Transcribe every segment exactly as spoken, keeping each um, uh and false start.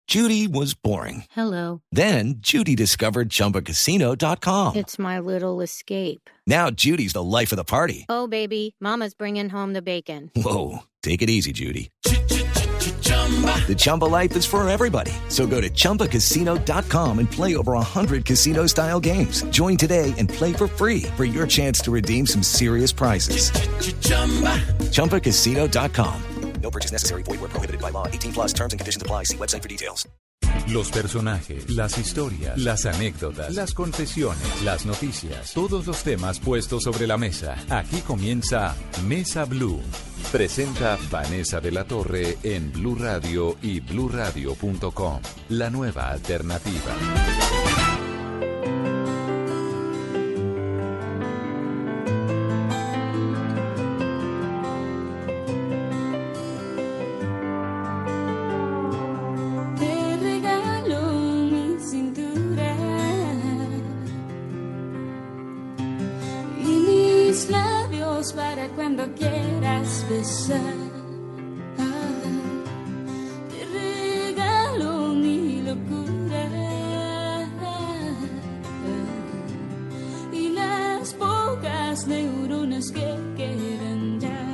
Judy was boring. Hello. Then Judy discovered Chumba Casino dot com. It's my little escape. Now Judy's the life of the party. Oh, baby, mama's bringing home the bacon. Whoa, take it easy, Judy. The Chumba life is for everybody. So go to Chumba Casino dot com and play over one hundred casino-style games. Join today and play for free for your chance to redeem some serious prizes. Chumba Casino dot com. No purchase necessary. Void where prohibited by law. eighteen plus terms and conditions apply. See website for details. Los personajes, las historias, las anécdotas, las confesiones, las noticias, todos los temas puestos sobre la mesa. Aquí comienza Mesa Blue. Presenta Vanessa de la Torre en Blue Radio y blue radio punto com. La nueva alternativa. Para cuando quieras besar, ah, te regalo mi locura, ah, y las pocas neuronas que quedan ya,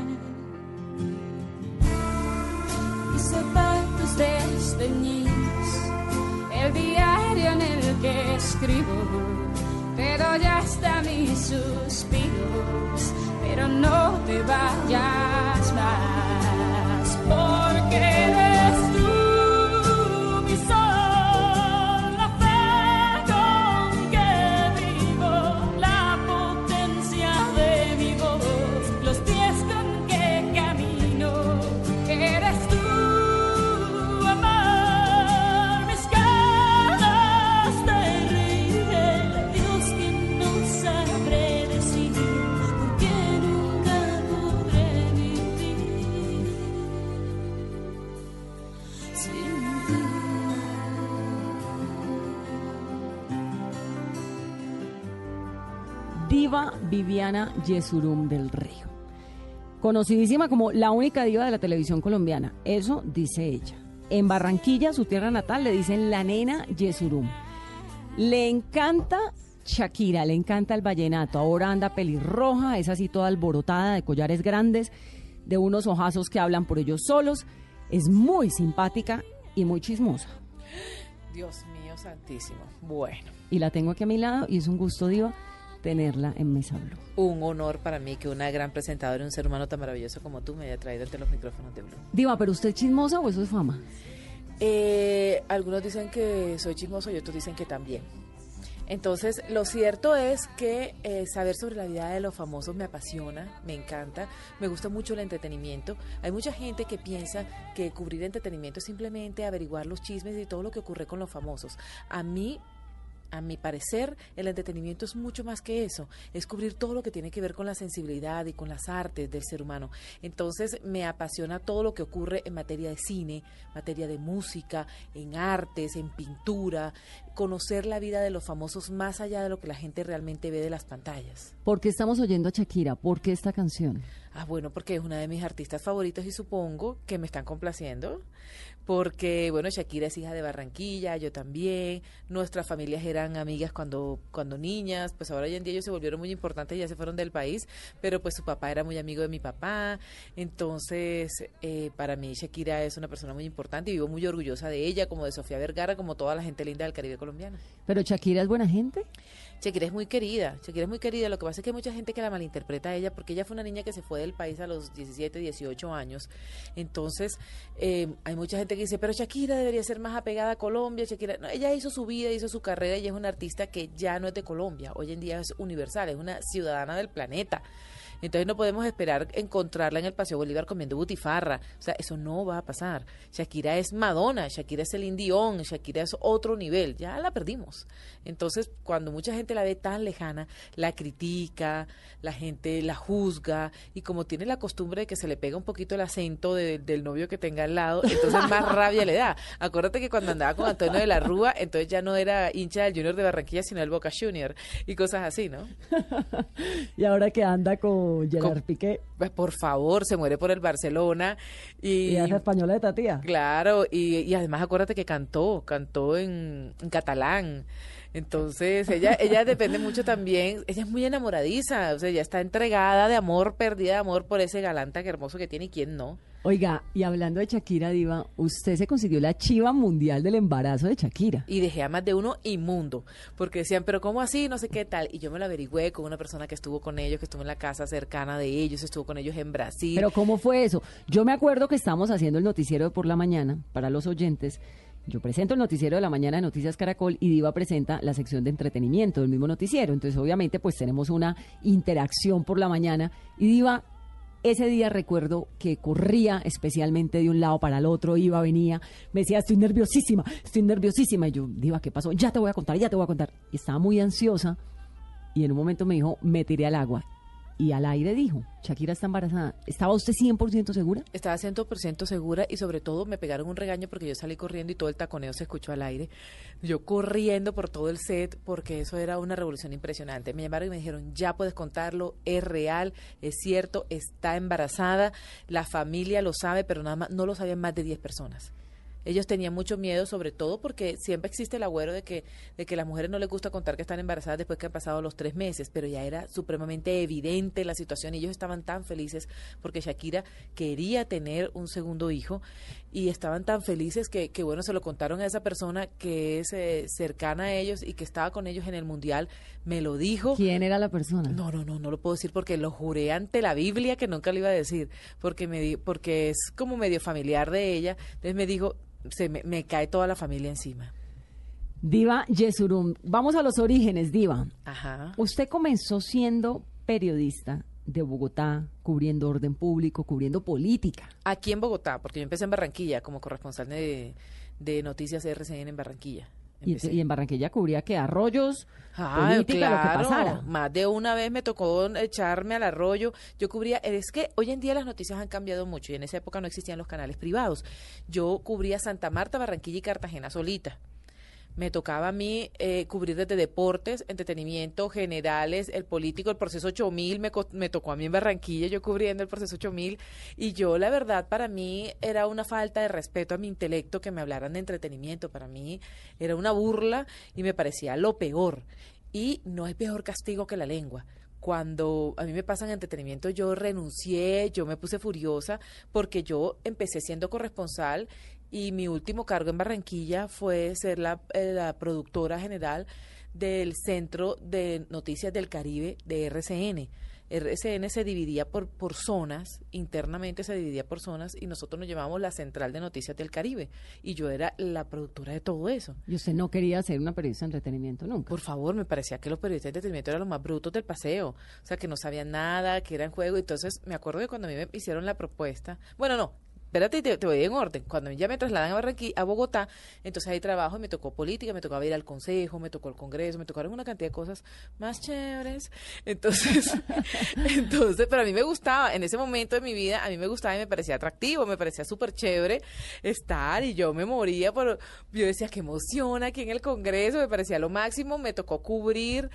mis zapatos desteñidos, el diario en el que escribo, pero ya está mis suspiros. Pero no te vayas más, porque eres tú mi sol, la fe con que vivo, la potencia de mi voz, los pies con que camino. Eres tú, amor, mis ganas de reír, el Dios que no sabré decir. Diva Viviana Yesurum del Río, conocidísima como la única diva de la televisión colombiana, eso dice ella. En Barranquilla, su tierra natal, le dicen la nena Yesurum. Le encanta Shakira, le encanta el vallenato, ahora anda pelirroja, es así toda alborotada, de collares grandes, de unos ojazos que hablan por ellos solos, es muy simpática y muy chismosa. Dios mío santísimo, bueno. Y la tengo aquí a mi lado y es un gusto, diva, tenerla en Mesa Blue. Un honor para mí que una gran presentadora y un ser humano tan maravilloso como tú me haya traído ante los micrófonos de Blue. Diva, ¿pero usted es chismosa o eso es fama? Eh, algunos dicen que soy chismoso y otros dicen que también. Entonces, lo cierto es que eh, saber sobre la vida de los famosos me apasiona, me encanta, me gusta mucho el entretenimiento. Hay mucha gente que piensa que cubrir entretenimiento es simplemente averiguar los chismes y todo lo que ocurre con los famosos. A mí, a mi parecer, el entretenimiento es mucho más que eso, es cubrir todo lo que tiene que ver con la sensibilidad y con las artes del ser humano. Entonces me apasiona todo lo que ocurre en materia de cine, materia de música, en artes, en pintura, conocer la vida de los famosos más allá de lo que la gente realmente ve de las pantallas. ¿Por qué estamos oyendo a Shakira? ¿Por qué esta canción? Ah, bueno, porque es una de mis artistas favoritos y supongo que me están complaciendo, porque, bueno, Shakira es hija de Barranquilla, yo también, nuestras familias eran amigas cuando cuando niñas, pues ahora hoy en día ellos se volvieron muy importantes y ya se fueron del país, pero pues su papá era muy amigo de mi papá, entonces eh, para mí Shakira es una persona muy importante y vivo muy orgullosa de ella, como de Sofía Vergara, como toda la gente linda del Caribe colombiano. ¿Pero Shakira es buena gente? Shakira es muy querida, Shakira es muy querida, lo que pasa es que hay mucha gente que la malinterpreta a ella, porque ella fue una niña que se fue del país a los diecisiete, dieciocho años, entonces eh, hay mucha gente que dice, pero Shakira debería ser más apegada a Colombia, Shakira, no, ella hizo su vida, hizo su carrera y es una artista que ya no es de Colombia, hoy en día es universal, es una ciudadana del planeta. Entonces no podemos esperar encontrarla en el Paseo Bolívar comiendo butifarra. O sea, eso no va a pasar. Shakira es Madonna, Shakira es Celine Dion, Shakira es otro nivel. Ya la perdimos. Entonces, cuando mucha gente la ve tan lejana, la critica, la gente la juzga, y como tiene la costumbre de que se le pega un poquito el acento de, del novio que tenga al lado, entonces más rabia le da. Acuérdate que cuando andaba con Antonio de la Rúa, entonces ya no era hincha del Junior de Barranquilla, sino del Boca Junior, y cosas así, ¿no? Y ahora que anda con Gerard Piqué. Pues, por favor, se muere por el Barcelona. Y, Y es española de Tatía. Claro, y, y además acuérdate que cantó, cantó en, en catalán. Entonces, ella ella depende mucho también, ella es muy enamoradiza, o sea, ella está entregada de amor, perdida de amor por ese galán tan hermoso que tiene, y quién no. Oiga, y hablando de Shakira, diva, usted se consiguió la chiva mundial del embarazo de Shakira. Y dejé a más de uno inmundo, porque decían, pero ¿cómo así? No sé qué tal. Y yo me lo averigüé con una persona que estuvo con ellos, que estuvo en la casa cercana de ellos, estuvo con ellos en Brasil. Pero ¿cómo fue eso? Yo me acuerdo que estábamos haciendo el noticiero de por la mañana para los oyentes. Yo presento el noticiero de la mañana de Noticias Caracol y Diva presenta la sección de entretenimiento del mismo noticiero. Entonces, obviamente, pues tenemos una interacción por la mañana. Y Diva, ese día recuerdo que corría especialmente de un lado para el otro, iba, venía, me decía, estoy nerviosísima, estoy nerviosísima. Y yo, Diva, ¿qué pasó? Ya te voy a contar, ya te voy a contar. Y estaba muy ansiosa y en un momento me dijo, me tiré al agua. Y al aire dijo, Shakira está embarazada. ¿Estaba usted cien por ciento segura? Estaba cien por ciento segura y sobre todo me pegaron un regaño porque yo salí corriendo y todo el taconeo se escuchó al aire. Yo corriendo por todo el set porque eso era una revolución impresionante. Me llamaron y me dijeron, ya puedes contarlo, es real, es cierto, está embarazada, la familia lo sabe, pero nada más no lo sabían más de diez personas. Ellos tenían mucho miedo, sobre todo porque siempre existe el agüero de que de que a las mujeres no les gusta contar que están embarazadas después que han pasado los tres meses, pero ya era supremamente evidente la situación y ellos estaban tan felices porque Shakira quería tener un segundo hijo y estaban tan felices que, que bueno, se lo contaron a esa persona que es eh, cercana a ellos y que estaba con ellos en el Mundial, me lo dijo. ¿Quién era la persona? No, no, no, no lo puedo decir porque lo juré ante la Biblia que nunca lo iba a decir, porque me di, porque es como medio familiar de ella, entonces me dijo, se me, me cae toda la familia encima. Diva Yesurum, vamos a los orígenes, Diva. Ajá. Usted comenzó siendo periodista de Bogotá, cubriendo orden público, cubriendo política. Aquí en Bogotá, porque yo empecé en Barranquilla como corresponsal de, de Noticias R C N en Barranquilla. Y, y en Barranquilla cubría que arroyos, ah, política, claro, lo que pasara. Más de una vez me tocó echarme al arroyo. Yo cubría, es que hoy en día las noticias han cambiado mucho y en esa época no existían los canales privados. Yo cubría Santa Marta, Barranquilla y Cartagena solita. Me tocaba a mí eh, cubrir desde deportes, entretenimiento, generales, el político, el proceso ocho mil, me, me tocó a mí en Barranquilla, yo cubriendo el proceso ocho mil, y yo, la verdad, para mí era una falta de respeto a mi intelecto que me hablaran de entretenimiento, para mí era una burla y me parecía lo peor. Y no hay peor castigo que la lengua. Cuando a mí me pasan entretenimiento, yo renuncié, yo me puse furiosa, porque yo empecé siendo corresponsal y mi último cargo en Barranquilla fue ser la, eh, la productora general del Centro de Noticias del Caribe de R C N. R C N se dividía por, por zonas, internamente se dividía por zonas y nosotros nos llamamos la Central de Noticias del Caribe y yo era la productora de todo eso. ¿Y usted no quería ser una periodista de entretenimiento nunca? Por favor, me parecía que los periodistas de entretenimiento eran los más brutos del paseo, o sea, que no sabían nada, que eran juego. Entonces me acuerdo que cuando a mí me hicieron la propuesta, bueno, no, espérate, te, te voy en orden. Cuando ya me trasladan a Barranquilla, a Bogotá, entonces ahí trabajo y me tocó política, me tocaba ir al consejo, me tocó el congreso, me tocaron una cantidad de cosas más chéveres. Entonces, entonces, pero a mí me gustaba, en ese momento de mi vida, a mí me gustaba y me parecía atractivo, me parecía súper chévere estar y yo me moría por, yo decía, qué emoción aquí en el congreso, me parecía lo máximo, me tocó cubrir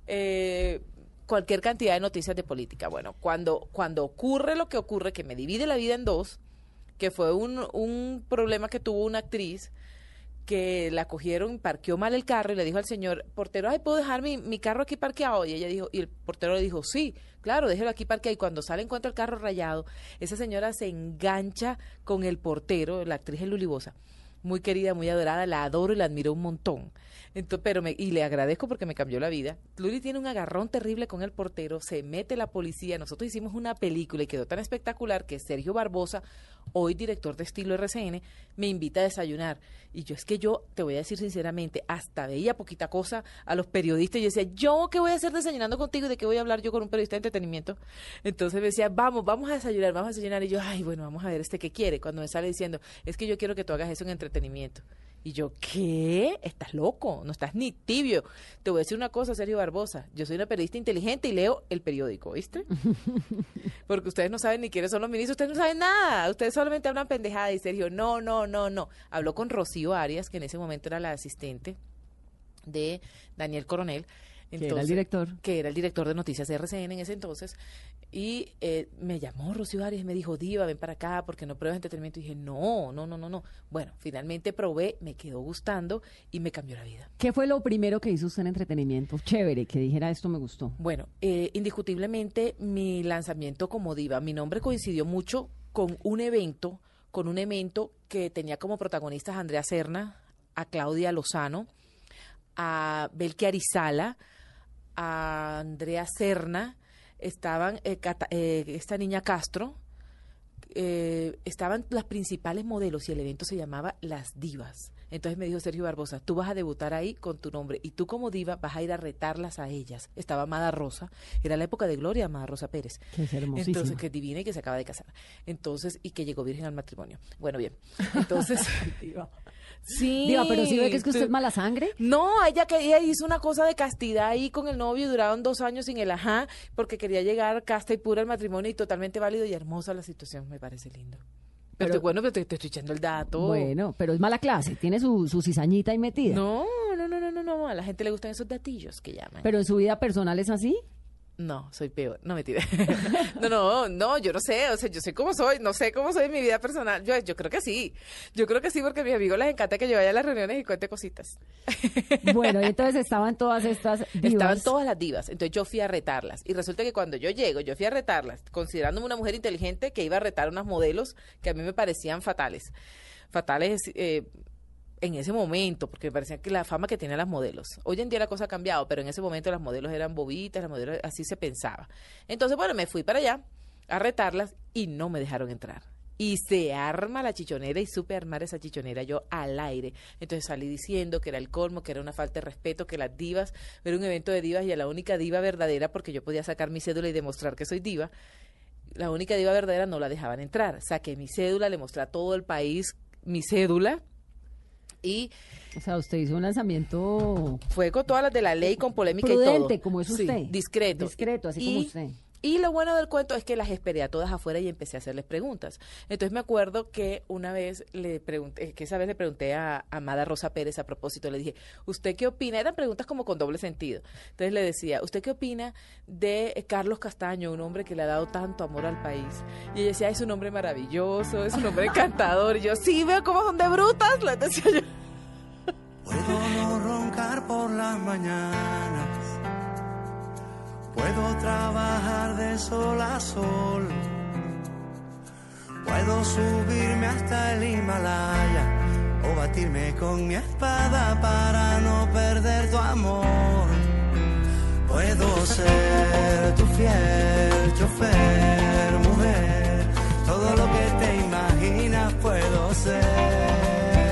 eh, cualquier cantidad de noticias de política. Bueno, cuando, cuando ocurre lo que ocurre, que me divide la vida en dos, que fue un, un problema que tuvo una actriz que la cogieron, parqueó mal el carro y le dijo al señor portero, ay, ¿puedo dejar mi, mi carro aquí parqueado? Y ella dijo, y el portero le dijo, sí, claro, déjelo aquí parqueado. Y cuando sale encuentra el carro rayado, esa señora se engancha con el portero, la actriz es Luli Bosa, muy querida, muy adorada, la adoro y la admiro un montón. Entonces, pero me, y le agradezco porque me cambió la vida. Luli tiene un agarrón terrible con el portero, se mete la policía. Nosotros hicimos una película y quedó tan espectacular que Sergio Barbosa, hoy director de Estilo R C N, me invita a desayunar. Y yo es que yo, te voy a decir sinceramente, hasta veía poquita cosa a los periodistas. Y yo decía, ¿yo qué voy a hacer desayunando contigo? ¿Y de qué voy a hablar yo con un periodista de entretenimiento? Entonces me decía, vamos, vamos a desayunar, vamos a desayunar. Y yo, ay, bueno, vamos a ver este qué quiere. Cuando me sale diciendo, es que yo quiero que tú hagas eso en entretenimiento. Y yo, ¿qué? Estás loco, no estás ni tibio. Te voy a decir una cosa, Sergio Barbosa, yo soy una periodista inteligente y leo el periódico, ¿viste? Porque ustedes no saben ni quiénes son los ministros, ustedes no saben nada, ustedes solamente hablan pendejada. Y Sergio, no, no, no, no. Habló con Rocío Arias, que en ese momento era la asistente de Daniel Coronel, que era el director. Que era el director de Noticias R C N en ese entonces. Y eh, me llamó Rocío Arias y me dijo, Diva, ven para acá porque no pruebas entretenimiento. Y dije, no, no, no, no, no. Bueno, finalmente probé, me quedó gustando y me cambió la vida. ¿Qué fue lo primero que hizo usted en entretenimiento? Chévere, que dijera esto me gustó. Bueno, eh, indiscutiblemente mi lanzamiento como diva, mi nombre coincidió mucho con un evento, con un evento que tenía como protagonistas a Andrea Serna, a Claudia Lozano, a Belki Arizala, a Andrea Serna, estaban eh, Cata, eh, esta niña Castro, eh, estaban las principales modelos y el evento se llamaba Las Divas. Entonces me dijo Sergio Barbosa, tú vas a debutar ahí con tu nombre y tú como diva vas a ir a retarlas a ellas. Estaba Amada Rosa, era la época de gloria Amada Rosa Pérez. Que es hermosísima. Entonces, que divina y que se acaba de casar. Entonces, y que llegó virgen al matrimonio. Bueno, bien. Entonces, Diva. Sí. Diva, pero sí ve que es que usted es mala sangre. No, ella que ella hizo una cosa de castidad ahí con el novio y duraron dos años sin el ajá, porque quería llegar casta y pura al matrimonio y totalmente válido y hermosa la situación, me parece lindo. Pero, Pero- te- bueno, pero te, te estoy echando el dato. Bueno, pero es mala clase, tiene su, su cizañita ahí metida. No, no, no, no, no, no, a la gente le gustan esos datillos que llaman. Pero en su vida personal es así. No, soy peor. No, mentira. No, no, no, yo no sé. O sea, yo sé cómo soy. No sé cómo soy en mi vida personal. Yo, yo creo que sí. Yo creo que sí, porque a mis amigos les encanta que yo vaya a las reuniones y cuente cositas. Bueno, y entonces estaban todas estas divas. Estaban todas las divas. Entonces yo fui a retarlas. Y resulta que cuando yo llego, yo fui a retarlas, considerándome una mujer inteligente que iba a retar unas modelos que a mí me parecían fatales. Fatales... Eh, en ese momento, porque me parecía que la fama que tenían las modelos. Hoy en día la cosa ha cambiado, pero en ese momento las modelos eran bobitas, las modelos, así se pensaba. Entonces, bueno, me fui para allá a retarlas y no me dejaron entrar. Y se arma la chichonera y supe armar esa chichonera yo al aire. Entonces salí diciendo que era el colmo, que era una falta de respeto, que las divas, era un evento de divas y a la única diva verdadera, porque yo podía sacar mi cédula y demostrar que soy diva, la única diva verdadera no la dejaban entrar. Saqué mi cédula, le mostré a todo el país mi cédula. Y O sea, usted hizo un lanzamiento fue con todas las de la ley, con polémica y todo. prudente, como es Sí, usted. discreto. Discreto, así y, como usted. Y lo bueno del cuento es que las esperé a todas afuera y empecé a hacerles preguntas. Entonces me acuerdo que una vez le pregunté, que esa vez le pregunté a Amada Rosa Pérez a propósito, le dije, ¿usted qué opina? Eran preguntas como con doble sentido. Entonces le decía, ¿usted qué opina de Carlos Castaño, un hombre que le ha dado tanto amor al país? Y ella decía, es un hombre maravilloso, es un hombre encantador. Y yo, sí, veo cómo son de brutas, le decía yo. Puedo no roncar por las mañanas, puedo trabajar de sol a sol, puedo subirme hasta el Himalaya o batirme con mi espada para no perder tu amor. Puedo ser tu fiel chofer, mujer, todo lo que te imaginas puedo ser.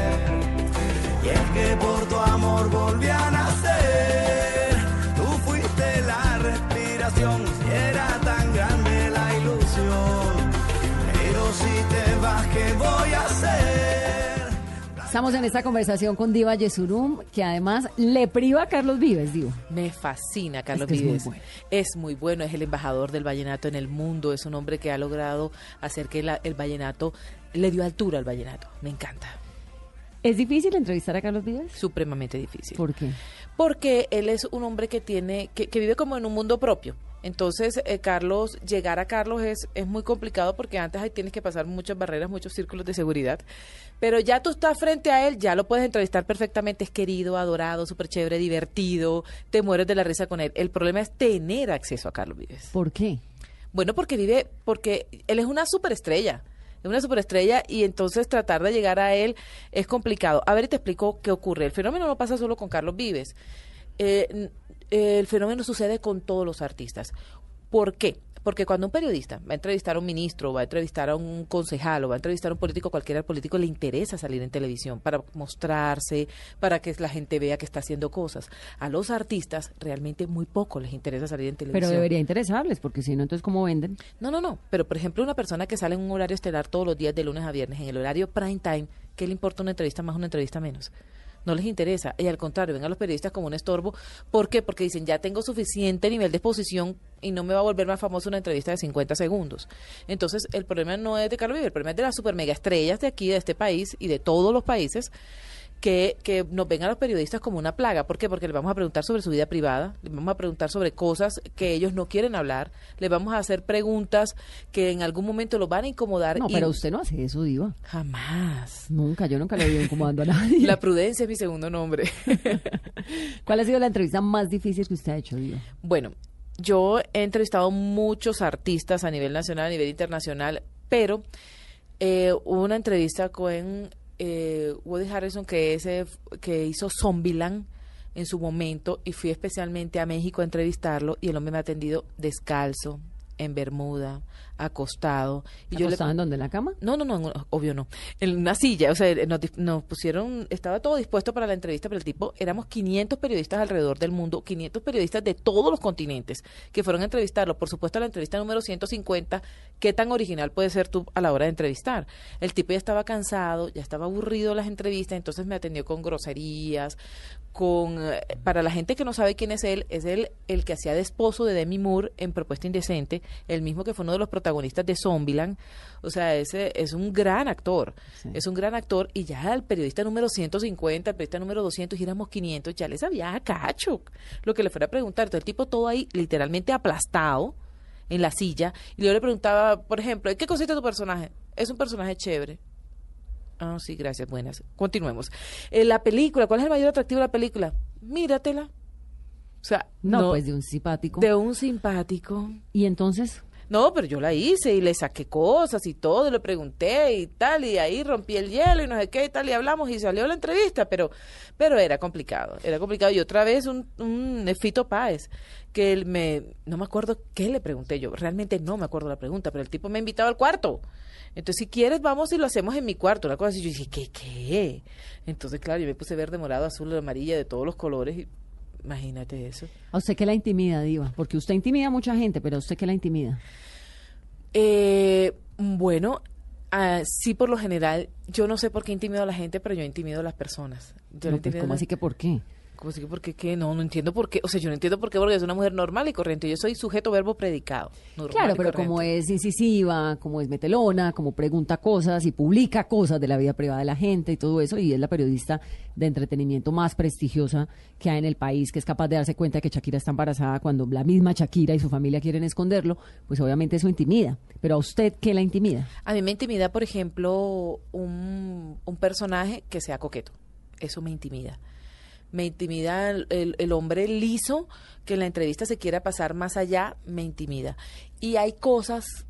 Y es que por tu amor volví a nacer, tú fuiste la respiración, y era tan grande la ilusión, pero si te vas, ¿qué voy a hacer? Estamos en esta conversación con Diva Yesurum, que además le priva a Carlos Vives, digo. Me fascina Carlos Es que es muy Vives. bueno. Es muy bueno, es el embajador del vallenato en el mundo, es un hombre que ha logrado hacer que la- el vallenato, le dio altura al vallenato. Me encanta. ¿Es difícil entrevistar a Carlos Vives? Supremamente difícil. ¿Por qué? Porque él es un hombre que tiene, que, que vive como en un mundo propio. Entonces, eh, Carlos, llegar a Carlos es, es muy complicado porque antes ahí tienes que pasar muchas barreras, muchos círculos de seguridad. Pero ya tú estás frente a él, ya lo puedes entrevistar perfectamente, es querido, adorado, súper chévere, divertido, te mueres de la risa con él. El problema es tener acceso a Carlos Vives. ¿Por qué? Bueno, porque vive, porque él es una superestrella, es una superestrella y entonces tratar de llegar a él es complicado. A ver, y te explico qué ocurre. El fenómeno no pasa solo con Carlos Vives. Eh, n- eh, el fenómeno sucede con todos los artistas. ¿Por qué? Porque cuando un periodista va a entrevistar a un ministro, va a entrevistar a un concejal o va a entrevistar a un político, cualquiera al político le interesa salir en televisión para mostrarse, para que la gente vea que está haciendo cosas. A los artistas realmente muy poco les interesa salir en televisión. Pero debería interesarles, porque si no, entonces ¿cómo venden? No, no, no. Pero, por ejemplo, una persona que sale en un horario estelar todos los días de lunes a viernes, en el horario prime time, ¿qué le importa una entrevista más, una entrevista menos? No les interesa. Y al contrario, ven a los periodistas como un estorbo. ¿Por qué? Porque dicen, ya tengo suficiente nivel de exposición y no me va a volver más famoso una entrevista de cincuenta segundos. Entonces, el problema no es de Carlos Vives, el problema es de las super mega estrellas de aquí, de este país y de todos los países, que, que nos ven a los periodistas como una plaga. ¿Por qué? Porque les vamos a preguntar sobre su vida privada, les vamos a preguntar sobre cosas que ellos no quieren hablar, les vamos a hacer preguntas que en algún momento los van a incomodar. No, y pero usted no hace eso, diva. Jamás. Nunca, yo nunca le he ido incomodando a nadie. La prudencia es mi segundo nombre. ¿Cuál ha sido la entrevista más difícil que usted ha hecho, diva? Bueno, yo he entrevistado muchos artistas a nivel nacional, a nivel internacional, pero eh, hubo una entrevista con eh, Woody Harrelson que, ese, que hizo Zombieland en su momento y fui especialmente a México a entrevistarlo y el hombre me ha atendido descalzo, en bermuda, acostado. Y yo le, ¿Acostado en dónde? ¿En la cama? No, no, no, obvio no. En una silla, o sea, nos, nos pusieron, estaba todo dispuesto para la entrevista, pero el tipo, éramos quinientos periodistas alrededor del mundo, quinientos periodistas de todos los continentes que fueron a entrevistarlo. Por supuesto, la entrevista número ciento cincuenta, ¿qué tan original puedes ser tú a la hora de entrevistar? El tipo ya estaba cansado, ya estaba aburrido de las entrevistas, entonces me atendió con groserías, con, para la gente que no sabe quién es él, es él el que hacía de esposo de Demi Moore en Propuesta Indecente, el mismo que fue uno de los protagonistas de Zombieland. O sea, ese es un gran actor, sí. Es un gran actor, y ya el periodista número ciento cincuenta, el periodista número doscientos, y éramos quinientos, ya le sabía a cacho lo que le fuera a preguntar. Entonces el tipo todo ahí literalmente aplastado en la silla, y yo le preguntaba, por ejemplo, ¿en qué consiste tu personaje? Es un personaje chévere. Ah, sí, gracias, buenas. Continuemos. Eh, la película, ¿cuál es el mayor atractivo de la película? Míratela. O sea, no, no, pues de un simpático. De un simpático. ¿Y entonces? No, pero yo la hice y le saqué cosas y todo, y le pregunté y tal, y ahí rompí el hielo y no sé qué y tal, y hablamos y salió la entrevista, pero pero era complicado, era complicado. Y otra vez un, un Fito Páez, que él me, no me acuerdo qué le pregunté yo, realmente no me acuerdo la pregunta, pero el tipo me ha invitado al cuarto. Entonces, si quieres, vamos y lo hacemos en mi cuarto, una cosa así. Yo dije, ¿qué, qué? Entonces, claro, yo me puse verde, morado, azul, amarilla, de todos los colores, y imagínate eso. ¿A usted qué la intimida, diva? Porque usted intimida a mucha gente, pero ¿a usted qué la intimida? Eh, bueno, uh, sí, por lo general, yo no sé por qué intimido a la gente, pero yo intimido a las personas. Yo no, intimido pues, ¿cómo a así que por qué? ¿Cómo así que por qué? ¿Qué? No, no entiendo por qué. O sea, yo no entiendo por qué, porque es una mujer normal y corriente. Yo soy sujeto, verbo, predicado. Claro, pero como es incisiva, como es metelona, como pregunta cosas y publica cosas de la vida privada de la gente y todo eso, y es la periodista de entretenimiento más prestigiosa que hay en el país, que es capaz de darse cuenta de que Shakira está embarazada cuando la misma Shakira y su familia quieren esconderlo, pues obviamente eso intimida. Pero ¿a usted qué la intimida? A mí me intimida, por ejemplo, un, un personaje que sea coqueto. Eso me intimida. Me intimida el, el, el hombre liso que en la entrevista se quiera pasar más allá, me intimida. Y hay cosas,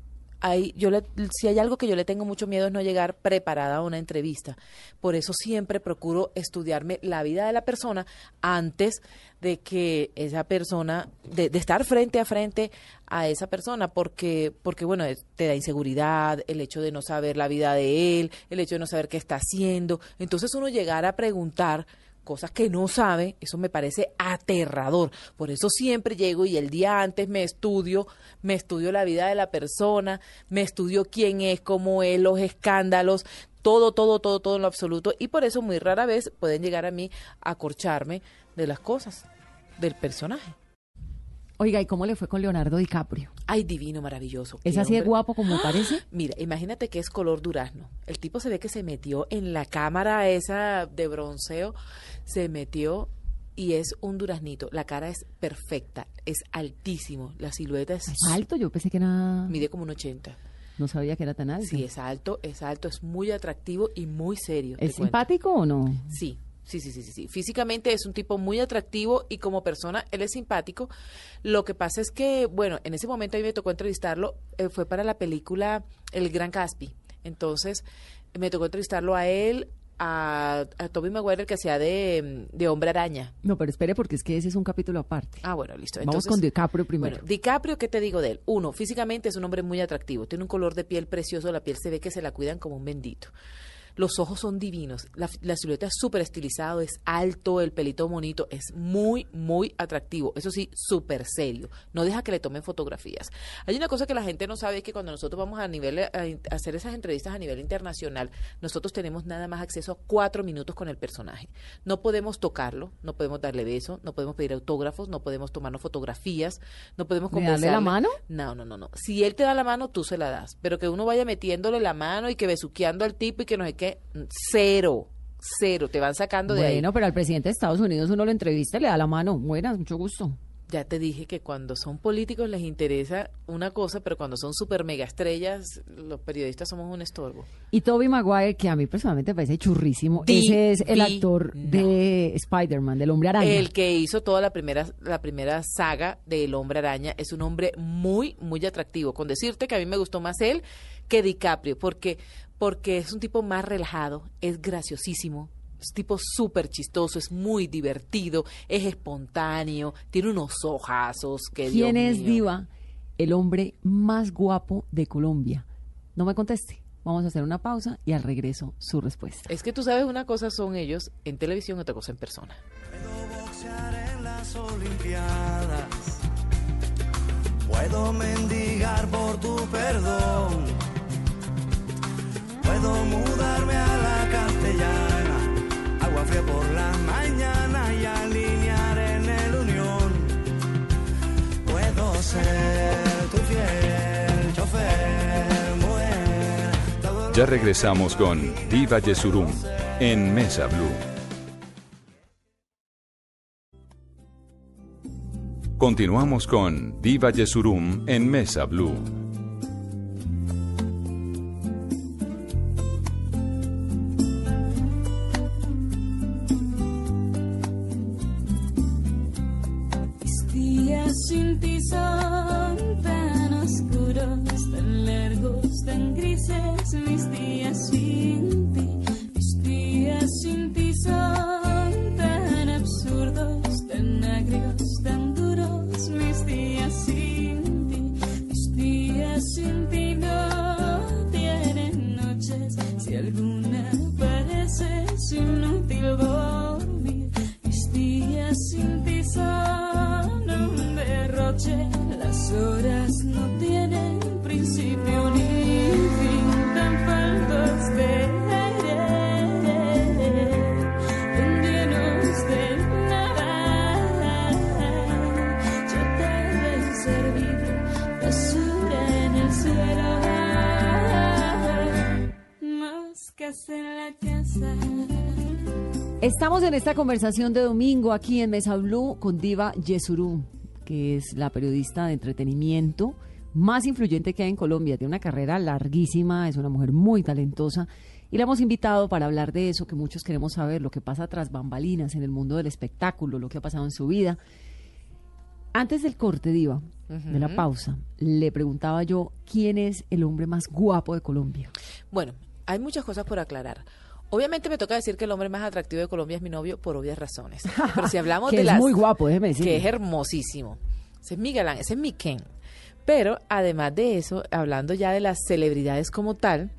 hay, yo le, si hay algo que yo le tengo mucho miedo es no llegar preparada a una entrevista. Por eso siempre procuro estudiarme la vida de la persona antes de que esa persona, de, de estar frente a frente a esa persona, porque, porque bueno, es, te da inseguridad, el hecho de no saber la vida de él, el hecho de no saber qué está haciendo. Entonces uno llegar a preguntar cosas que no sabe, eso me parece aterrador. Por eso siempre llego y el día antes me estudio, me estudio la vida de la persona, me estudio quién es, cómo es, los escándalos, todo, todo, todo, todo en lo absoluto. Y por eso muy rara vez pueden llegar a mí a acorcharme de las cosas, del personaje. Oiga, ¿y cómo le fue con Leonardo DiCaprio? Ay, divino, maravilloso. ¿Es así de guapo como parece? Mira, imagínate que es color durazno. El tipo se ve que se metió en la cámara esa de bronceo, se metió y es un duraznito. La cara es perfecta, es altísimo, la silueta es... ¿Es alto? Yo pensé que era... Mide como un ochenta. No sabía que era tan alto. Sí, es alto, es alto, es muy atractivo y muy serio. ¿Es simpático o no? Sí. Sí, sí, sí, sí, sí. Físicamente es un tipo muy atractivo y como persona él es simpático. Lo que pasa es que, bueno, en ese momento a mí me tocó entrevistarlo, eh, fue para la película El Gran Gatsby. Entonces, me tocó entrevistarlo a él, a, a Tobey Maguire, el que hacía de, de Hombre Araña. No, pero espere, porque es que ese es un capítulo aparte. Ah, bueno, listo. Vamos Entonces, con DiCaprio primero. Bueno, DiCaprio, ¿qué te digo de él? Uno, físicamente es un hombre muy atractivo, tiene un color de piel precioso, la piel se ve que se la cuidan como un bendito. Los ojos son divinos, la, la silueta es súper estilizado, es alto, el pelito bonito, es muy, muy atractivo. Eso sí, súper serio. No deja que le tomen fotografías. Hay una cosa que la gente no sabe, es que cuando nosotros vamos a nivel a, a hacer esas entrevistas a nivel internacional, nosotros tenemos nada más acceso a cuatro minutos con el personaje. No podemos tocarlo, no podemos darle besos, no podemos pedir autógrafos, no podemos tomarnos fotografías, no podemos conversar. ¿Darle la mano? No, no, no, no. Si él te da la mano, tú se la das. Pero que uno vaya metiéndole la mano y que besuqueando al tipo y que no sé qué, cero, cero, te van sacando de ahí. Bueno, pero al presidente de Estados Unidos uno lo entrevista y le da la mano. Buenas, mucho gusto. Ya te dije que cuando son políticos les interesa una cosa, pero cuando son super mega estrellas, los periodistas somos un estorbo. Y Tobey Maguire, que a mí personalmente me parece churrísimo, Di- ese es el di- actor no. de Spider-Man, del Hombre Araña. El que hizo toda la primera la primera saga del Hombre Araña es un hombre muy, muy atractivo. Con decirte que a mí me gustó más él que DiCaprio, porque, porque es un tipo más relajado, es graciosísimo. Es tipo súper chistoso, es muy divertido, es espontáneo, tiene unos ojazos que ¿Quién Dios es, mío. Diva, el hombre más guapo de Colombia? No me conteste. Vamos a hacer una pausa y al regreso su respuesta. Es que tú sabes, una cosa son ellos en televisión y otra cosa en persona. Puedo boxear en las Olimpiadas, puedo mendigar por tu perdón, puedo mudarme a la Castellana, agua fría por la mañana y alinear en el Unión. Puedo ser tu fiel chofer, mujer. todo Ya regresamos con Diva Yesurum en Mesa Blue. Continuamos con Diva Yesurum en Mesa Blue. Mis días sin ti son tan oscuros, tan largos, tan grises. Mis días sin ti, mis días sin ti son tan absurdos, tan agrios, tan duros. Mis días sin ti, mis días sin ti no tienen noches. Si alguna parece es inútil dormir. Mis días sin ti son un derroche. Las horas no tienen principio ni fin, tan faltos de aire, tan llenos de nada. Yo te he servido basura en el cielo, moscas en la casa. Estamos en esta conversación de domingo aquí en Mesa Blue con Diva Yesurum, que es la periodista de entretenimiento más influyente que hay en Colombia. Tiene una carrera larguísima, es una mujer muy talentosa y la hemos invitado para hablar de eso que muchos queremos saber, lo que pasa tras bambalinas en el mundo del espectáculo, lo que ha pasado en su vida. Antes del corte, Diva, uh-huh. de la pausa, le preguntaba yo, ¿quién es el hombre más guapo de Colombia? Bueno, hay muchas cosas por aclarar. Obviamente me toca decir que el hombre más atractivo de Colombia es mi novio por obvias razones. Pero si hablamos que de es las... muy guapo, déjeme decir. Que es hermosísimo. Ese es mi galán, ese es mi Ken. Pero además de eso, hablando ya de las celebridades como tal,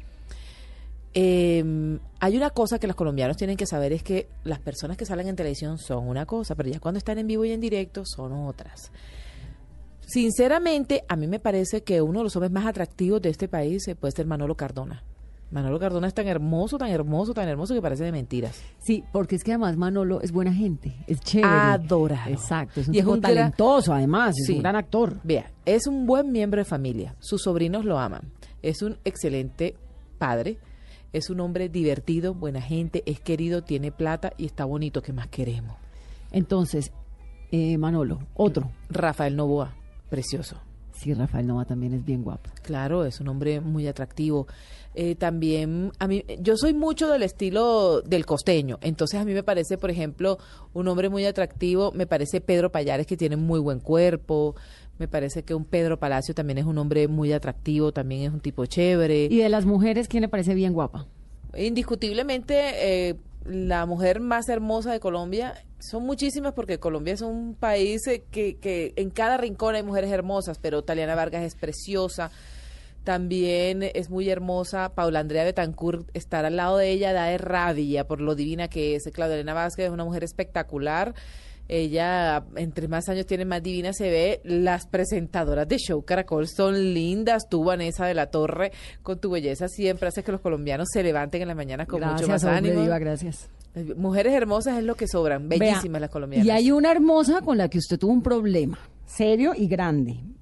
eh, hay una cosa que los colombianos tienen que saber, es que las personas que salen en televisión son una cosa, pero ya cuando están en vivo y en directo son otras. Sinceramente, a mí me parece que uno de los hombres más atractivos de este país eh, puede ser Manolo Cardona. Manolo Cardona es tan hermoso, tan hermoso, tan hermoso que parece de mentiras. Sí, porque es que además Manolo es buena gente, es chévere. Adorado. Exacto, es un Y es tipo un gran- talentoso además, Sí. es un gran actor. Vea, es un buen miembro de familia, sus sobrinos lo aman, es un excelente padre, es un hombre divertido, buena gente, es querido, tiene plata y está bonito, ¿qué más queremos? Entonces, eh, Manolo, otro. Rafael Novoa, precioso. Sí, Rafael Nova también es bien guapo. Claro, es un hombre muy atractivo. Eh, también, a mí, yo soy mucho del estilo del costeño, entonces a mí me parece, por ejemplo, un hombre muy atractivo, me parece Pedro Pallares, que tiene muy buen cuerpo, me parece que un Pedro Palacio también es un hombre muy atractivo, también es un tipo chévere. Y de las mujeres, ¿quién le parece bien guapa? Indiscutiblemente, eh, la mujer más hermosa de Colombia, son muchísimas porque Colombia es un país eh, que, que en cada rincón hay mujeres hermosas, pero Taliana Vargas es preciosa, también es muy hermosa Paula Andrea Betancourt, estar al lado de ella da de rabia por lo divina que es. Claudia Elena Vázquez es una mujer espectacular, ella entre más años tiene más divina se ve. Las presentadoras de Show Caracol son lindas, tú Vanessa de la Torre, con tu belleza siempre haces que los colombianos se levanten en las mañanas con Gracias, mucho más hombre, ánimo. Diva, gracias. Mujeres hermosas es lo que sobran, bellísimas Vea, las colombianas. Y hay una hermosa con la que usted tuvo un problema, serio y grande.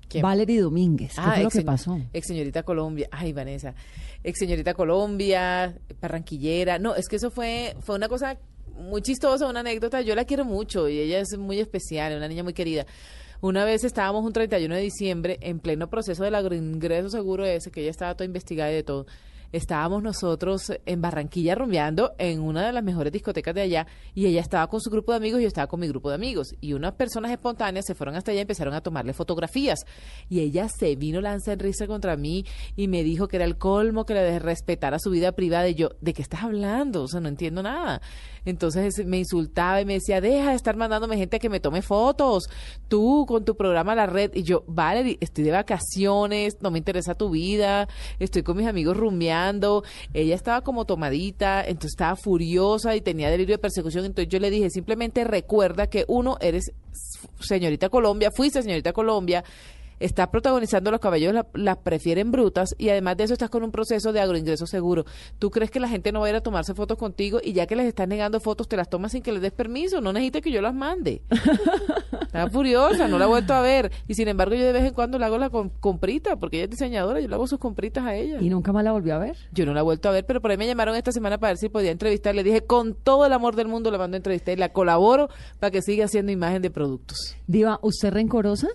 ¿Quién? Valerie Domínguez. ¿Qué Ah, fue lo ex, que pasó? ex señorita Colombia. Ay, Vanessa. Ex señorita Colombia, barranquillera. No, es que eso fue, fue una cosa muy chistosa, una anécdota. Yo la quiero mucho y ella es muy especial, una niña muy querida. Una vez estábamos un treinta y uno de diciembre en pleno proceso del agroingreso seguro ese, que ella estaba toda investigada y de todo. Estábamos nosotros en Barranquilla rumbeando en una de las mejores discotecas de allá y ella estaba con su grupo de amigos y yo estaba con mi grupo de amigos y unas personas espontáneas se fueron hasta allá y empezaron a tomarle fotografías y ella se vino lanza en risa contra mí y me dijo que era el colmo que le respetara su vida privada y yo, ¿de qué estás hablando? O sea, no entiendo nada. Entonces me insultaba y me decía, deja de estar mandándome gente a que me tome fotos, tú con tu programa La Red. Y yo, Valerie, estoy de vacaciones, no me interesa tu vida, estoy con mis amigos rumbeando. Ella estaba como tomadita, entonces estaba furiosa y tenía delirio de persecución. Entonces yo le dije, simplemente recuerda que uno, eres señorita Colombia, fuiste señorita Colombia, estás protagonizando Los Caballeros la, las prefieren brutas y además de eso estás con un proceso de agroingreso seguro. ¿Tú crees que la gente no va a ir a tomarse fotos contigo y ya que les estás negando fotos te las tomas sin que les des permiso? No necesitas que yo las mande. Estaba furiosa, no la he vuelto a ver y sin embargo yo de vez en cuando le hago la com- comprita porque ella es diseñadora, yo le hago sus compritas a ella. ¿Y nunca más la volvió a ver? Yo no la he vuelto a ver, pero por ahí me llamaron esta semana para ver si podía entrevistar. Le dije, con todo el amor del mundo la mando a entrevistar y la colaboro para que siga haciendo imagen de productos. Diva, ¿usted rencorosa?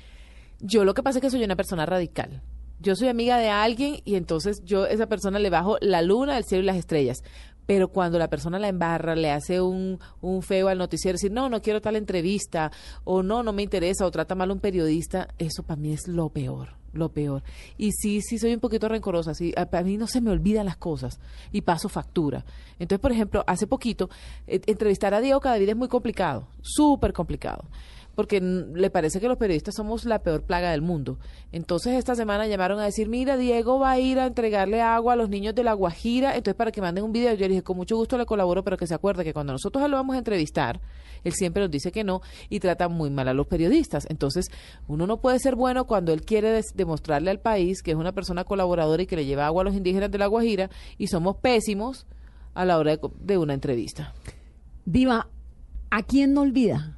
Yo lo que pasa es que soy una persona radical. Yo soy amiga de alguien y entonces yo a esa persona le bajo la luna, el cielo y las estrellas. Pero cuando la persona la embarra, le hace un, un feo al noticiero, decir, no, no quiero tal entrevista, o no, no me interesa, o trata mal a un periodista, eso para mí es lo peor, lo peor. Y sí, sí soy un poquito rencorosa, sí, para mí no se me olvidan las cosas y paso factura. Entonces, por ejemplo, hace poquito, eh, entrevistar a Diego Cadavid es muy complicado, súper complicado. Porque le parece que los periodistas somos la peor plaga del mundo. Entonces esta semana llamaron a decir, mira, Diego va a ir a entregarle agua a los niños de La Guajira, entonces para que manden un video. Yo le dije, con mucho gusto le colaboro, pero que se acuerde que cuando nosotros lo vamos a entrevistar, él siempre nos dice que no y trata muy mal a los periodistas. Entonces uno no puede ser bueno cuando él quiere des- demostrarle al país que es una persona colaboradora y que le lleva agua a los indígenas de La Guajira y somos pésimos a la hora de, de una entrevista. Diva, ¿a quién no olvida?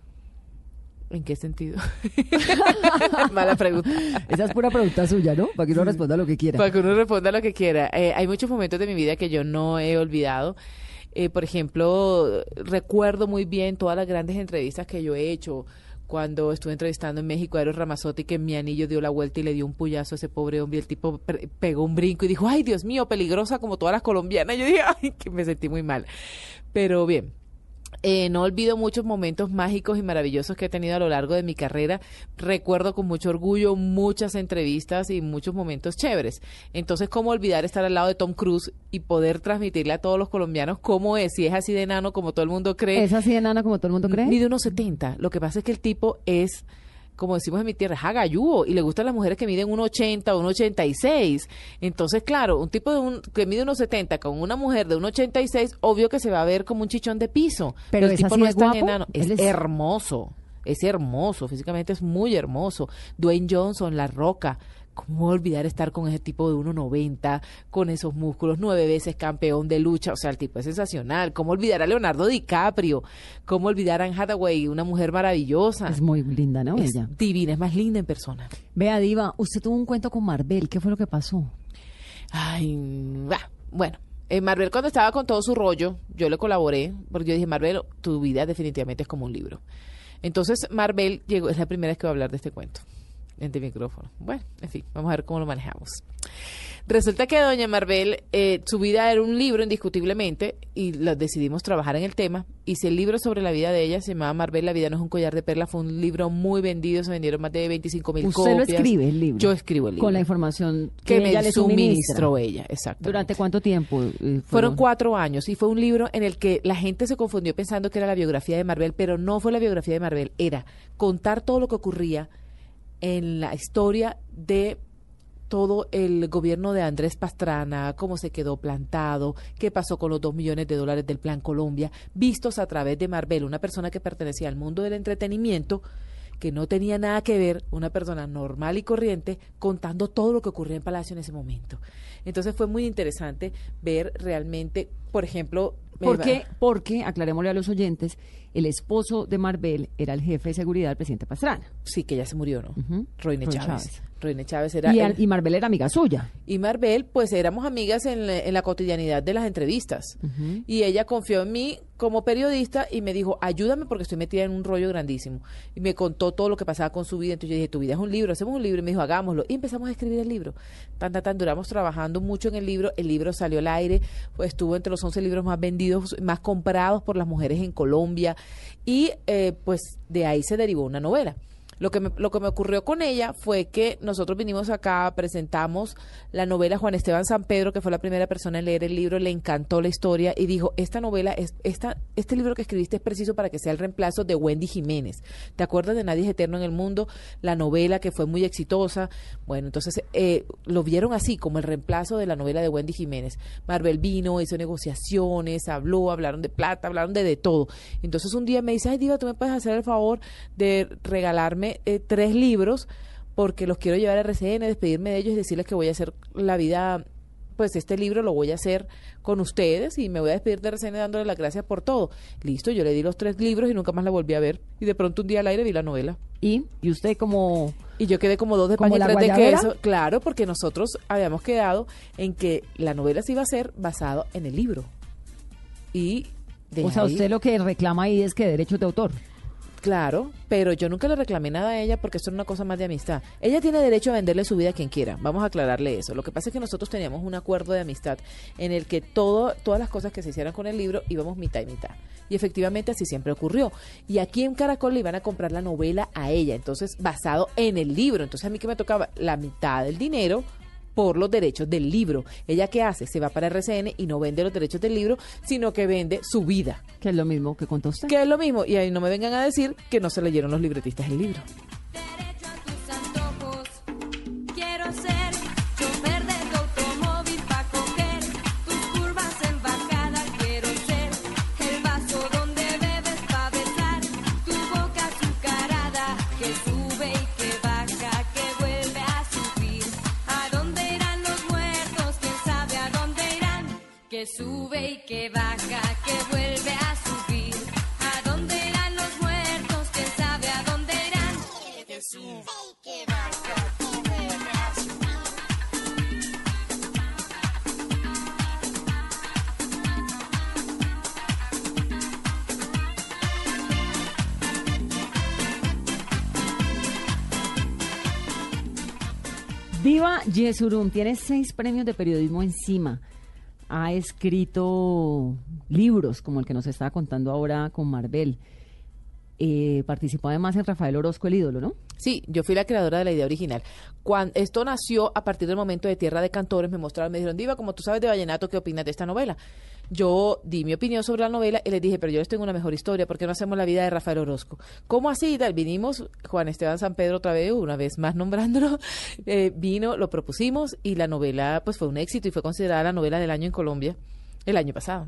¿En qué sentido? Mala pregunta. Esa es pura pregunta suya, ¿no? Para que uno responda lo que quiera. Para que uno responda lo que quiera. Eh, hay muchos momentos de mi vida que yo no he olvidado. Eh, por ejemplo, recuerdo muy bien todas las grandes entrevistas que yo he hecho. Cuando estuve entrevistando en México a Eros Ramazzotti, que mi anillo dio la vuelta y le dio un puyazo a ese pobre hombre, y el tipo pe- pegó un brinco y dijo, ay, Dios mío, peligrosa como todas las colombianas. Yo dije, ay, que me sentí muy mal. Pero bien. Eh, no olvido muchos momentos mágicos y maravillosos que he tenido a lo largo de mi carrera. Recuerdo con mucho orgullo muchas entrevistas y muchos momentos chéveres. Entonces, ¿cómo olvidar estar al lado de Tom Cruise y poder transmitirle a todos los colombianos cómo es? Si es así de enano como todo el mundo cree. ¿Es así de enana como todo el mundo cree? Mide unos setenta. Lo que pasa es que el tipo es, como decimos en mi tierra, es agayúo y le gustan las mujeres que miden uno ochenta o uno ochenta y seis. Entonces, claro, un tipo de un, que mide uno setenta con una mujer de uno ochenta y seis, obvio que se va a ver como un chichón de piso. Pero el ¿es tipo así no de es tan guapo? enano, es, Él es- hermoso, es hermoso, físicamente es muy hermoso. Dwayne Johnson, La Roca. ¿Cómo olvidar estar con ese tipo de uno noventa, con esos músculos, nueve veces campeón de lucha? O sea, el tipo es sensacional. ¿Cómo olvidar a Leonardo DiCaprio? ¿Cómo olvidar a Anne Hathaway, una mujer maravillosa? Es muy linda, ¿no? Es Ella. divina, es más linda en persona. Vea, Diva, usted tuvo un cuento con Marvel. ¿Qué fue lo que pasó? Ay, bah, bueno. Eh, Marvel, cuando estaba con todo su rollo, yo le colaboré, porque yo dije, Marvel, tu vida definitivamente es como un libro. Entonces, Marvel llegó, es la primera vez que voy a hablar de este cuento en este micrófono. Bueno, en fin, vamos a ver cómo lo manejamos. Resulta que doña Marvel, eh, su vida era un libro indiscutiblemente y lo, decidimos trabajar en el tema. Hice el libro sobre la vida de ella, se llamaba Marvel, la vida no es un collar de perlas. Fue un libro muy vendido, se vendieron más de veinticinco mil Usted copias. lo escribe, el libro. Yo escribo el libro. Con la información que, que me ella le suministra. suministró ella, exacto. ¿Durante cuánto tiempo? eh, fueron? Fueron cuatro años y fue un libro en el que la gente se confundió pensando que era la biografía de Marvel, pero no fue la biografía de Marvel, era contar todo lo que ocurría en la historia de todo el gobierno de Andrés Pastrana, cómo se quedó plantado, qué pasó con los dos millones de dólares del Plan Colombia, vistos a través de Marvel, una persona que pertenecía al mundo del entretenimiento, que no tenía nada que ver, una persona normal y corriente, contando todo lo que ocurría en Palacio en ese momento. Entonces fue muy interesante ver realmente, por ejemplo, Porque, porque, aclarémosle a los oyentes, el esposo de Marvel era el jefe de seguridad del presidente Pastrana. Sí, que ya se murió, ¿no? Uh-huh. Roine Roy Chávez. Chávez. Roine Chávez era... Y, el... y Marvel era amiga suya. Y Marvel, pues éramos amigas en la, en la cotidianidad de las entrevistas. Uh-huh. Y ella confió en mí como periodista y me dijo, ayúdame porque estoy metida en un rollo grandísimo. Y me contó todo lo que pasaba con su vida. Entonces yo dije, tu vida es un libro, hacemos un libro. Y me dijo, hagámoslo. Y empezamos a escribir el libro. Tan, tan, tan, duramos trabajando mucho en el libro. El libro salió al aire, pues estuvo entre los once libros más vendidos, más comprados por las mujeres en Colombia. Y eh, pues de ahí se derivó una novela. Lo que, me, lo que me ocurrió con ella fue que nosotros vinimos acá, presentamos la novela Juan Esteban San Pedro, que fue la primera persona en leer el libro, le encantó la historia y dijo, esta novela, es esta este libro que escribiste es preciso para que sea el reemplazo de Wendy Jiménez. ¿Te acuerdas de Nadie es Eterno en el Mundo? La novela que fue muy exitosa. Bueno, entonces eh, lo vieron así, como el reemplazo de la novela de Wendy Jiménez. Marvel vino, hizo negociaciones, habló, hablaron de plata, hablaron de de todo. Entonces un día me dice, ay, Diva, ¿tú me puedes hacer el favor de regalarme Eh, tres libros porque los quiero llevar a R C N, despedirme de ellos y decirles que voy a hacer la vida, pues este libro lo voy a hacer con ustedes y me voy a despedir de R C N dándole las gracias por todo? Listo, yo le di los tres libros y nunca más la volví a ver y de pronto un día al aire vi la novela. ¿Y? ¿Y usted como...? Y yo quedé como dos de pan y tres de queso. Claro, porque nosotros habíamos quedado en que la novela se iba a hacer basado en el libro. Y de O sea, ahí... usted lo que reclama ahí es que derechos de autor. Claro, pero yo nunca le reclamé nada a ella porque esto es una cosa más de amistad. Ella tiene derecho a venderle su vida a quien quiera, vamos a aclararle eso. Lo que pasa es que nosotros teníamos un acuerdo de amistad en el que todo, todas las cosas que se hicieran con el libro íbamos mitad y mitad. Y efectivamente así siempre ocurrió. Y aquí en Caracol le iban a comprar la novela a ella, entonces basado en el libro. Entonces a mí que me tocaba la mitad del dinero por los derechos del libro. ¿Ella qué hace? Se va para R C N y no vende los derechos del libro, sino que vende su vida. Que es lo mismo que contó usted. Que es lo mismo. Y ahí no me vengan a decir que no se leyeron los libretistas el libro. Derecho a tus antojos, quiero ser chofer de tu automóvil pa' coger tus curvas embarcadas. Quiero ser el vaso donde bebes pa' besar tu boca azucarada que sube y que baja, que vuelve a subir. ¿A dónde irán los muertos? ¿Quién sabe a dónde irán? Que sube y que baja, que vuelve a subir. ¿A dónde irán los muertos? ¿Quién sabe a dónde irán? Que sube y que baja, que vuelve a subir. Diva Yesurum tiene seis premios de periodismo encima. Ha escrito libros, como el que nos estaba contando ahora con Marvel. Eh, participó además en Rafael Orozco, el ídolo, ¿no? Sí, yo fui la creadora de la idea original. Cuando esto nació a partir del momento de Tierra de Cantores, me mostraron, me dijeron, Diva, como tú sabes de vallenato, ¿qué opinas de esta novela? Yo di mi opinión sobre la novela y les dije, pero yo les tengo una mejor historia, ¿por qué no hacemos la vida de Rafael Orozco? ¿Cómo así? Tal, vinimos, Juan Esteban San Pedro otra vez, una vez más nombrándolo, eh, vino, lo propusimos y la novela pues fue un éxito y fue considerada la novela del año en Colombia el año pasado.